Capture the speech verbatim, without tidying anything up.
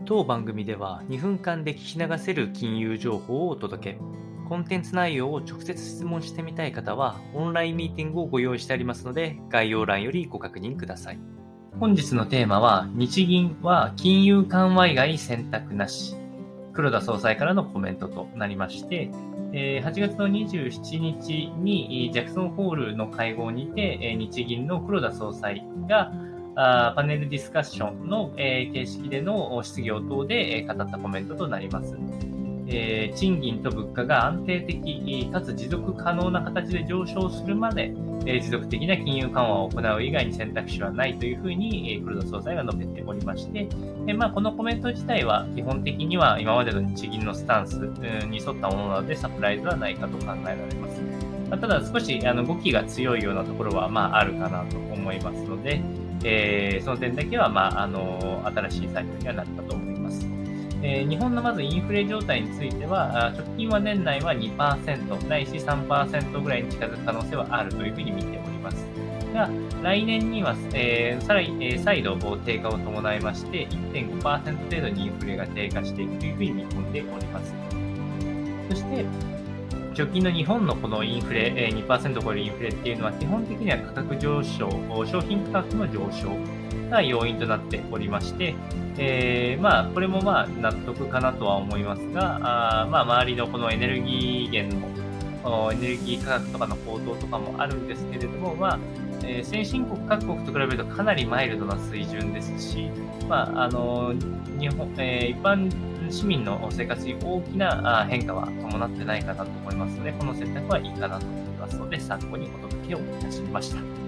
当番組ではにふんかんで聞き流せる金融情報をお届け。コンテンツ内容を直接質問してみたい方はオンラインミーティングをご用意してありますので、概要欄よりご確認ください。本日のテーマは、日銀は金融緩和以外選択なし。黒田総裁からのコメントとなりまして、はちがつのにじゅうしちにちにジャクソンホールの会合にて、日銀の黒田総裁がパネルディスカッションの形式での質疑応答で語ったコメントとなります。賃金と物価が安定的かつ持続可能な形で上昇するまで持続的な金融緩和を行う以外に選択肢はないというふうに黒田総裁が述べておりまして、まあ、このコメント自体は基本的には今までの日銀のスタンスに沿ったものなのでサプライズはないかと考えられます。ただ少しあの動きが強いようなところはまああるかなと思いますので、えー、その点だけは、まあ、あの新しいサイクルにはなったと思います。えー、日本のまずインフレ状態については、直近は年内は にパーセント ないし さんパーセント ぐらいに近づく可能性はあるというふうに見ております。が、来年には、えー、さらに、えー、再度低下を伴いまして いってんごパーセント 程度にインフレが低下していくというふうに見込んでおります。そして、直近の日本のこのインフレ、にパーセント を超えるインフレっていうのは基本的には価格上昇、商品価格の上昇が要因となっておりまして、えー、まあこれもまあ納得かなとは思いますが、あまあ周りのこのエネルギー源のエネルギー価格とかの高騰とかもあるんですけれども、まあえー、先進国各国と比べるとかなりマイルドな水準ですし、まああの日本、えー、一般市民の生活に大きな変化は伴ってないかなと思いますので、この選択はいいかなと思いますので、参考にお届けをいたしました。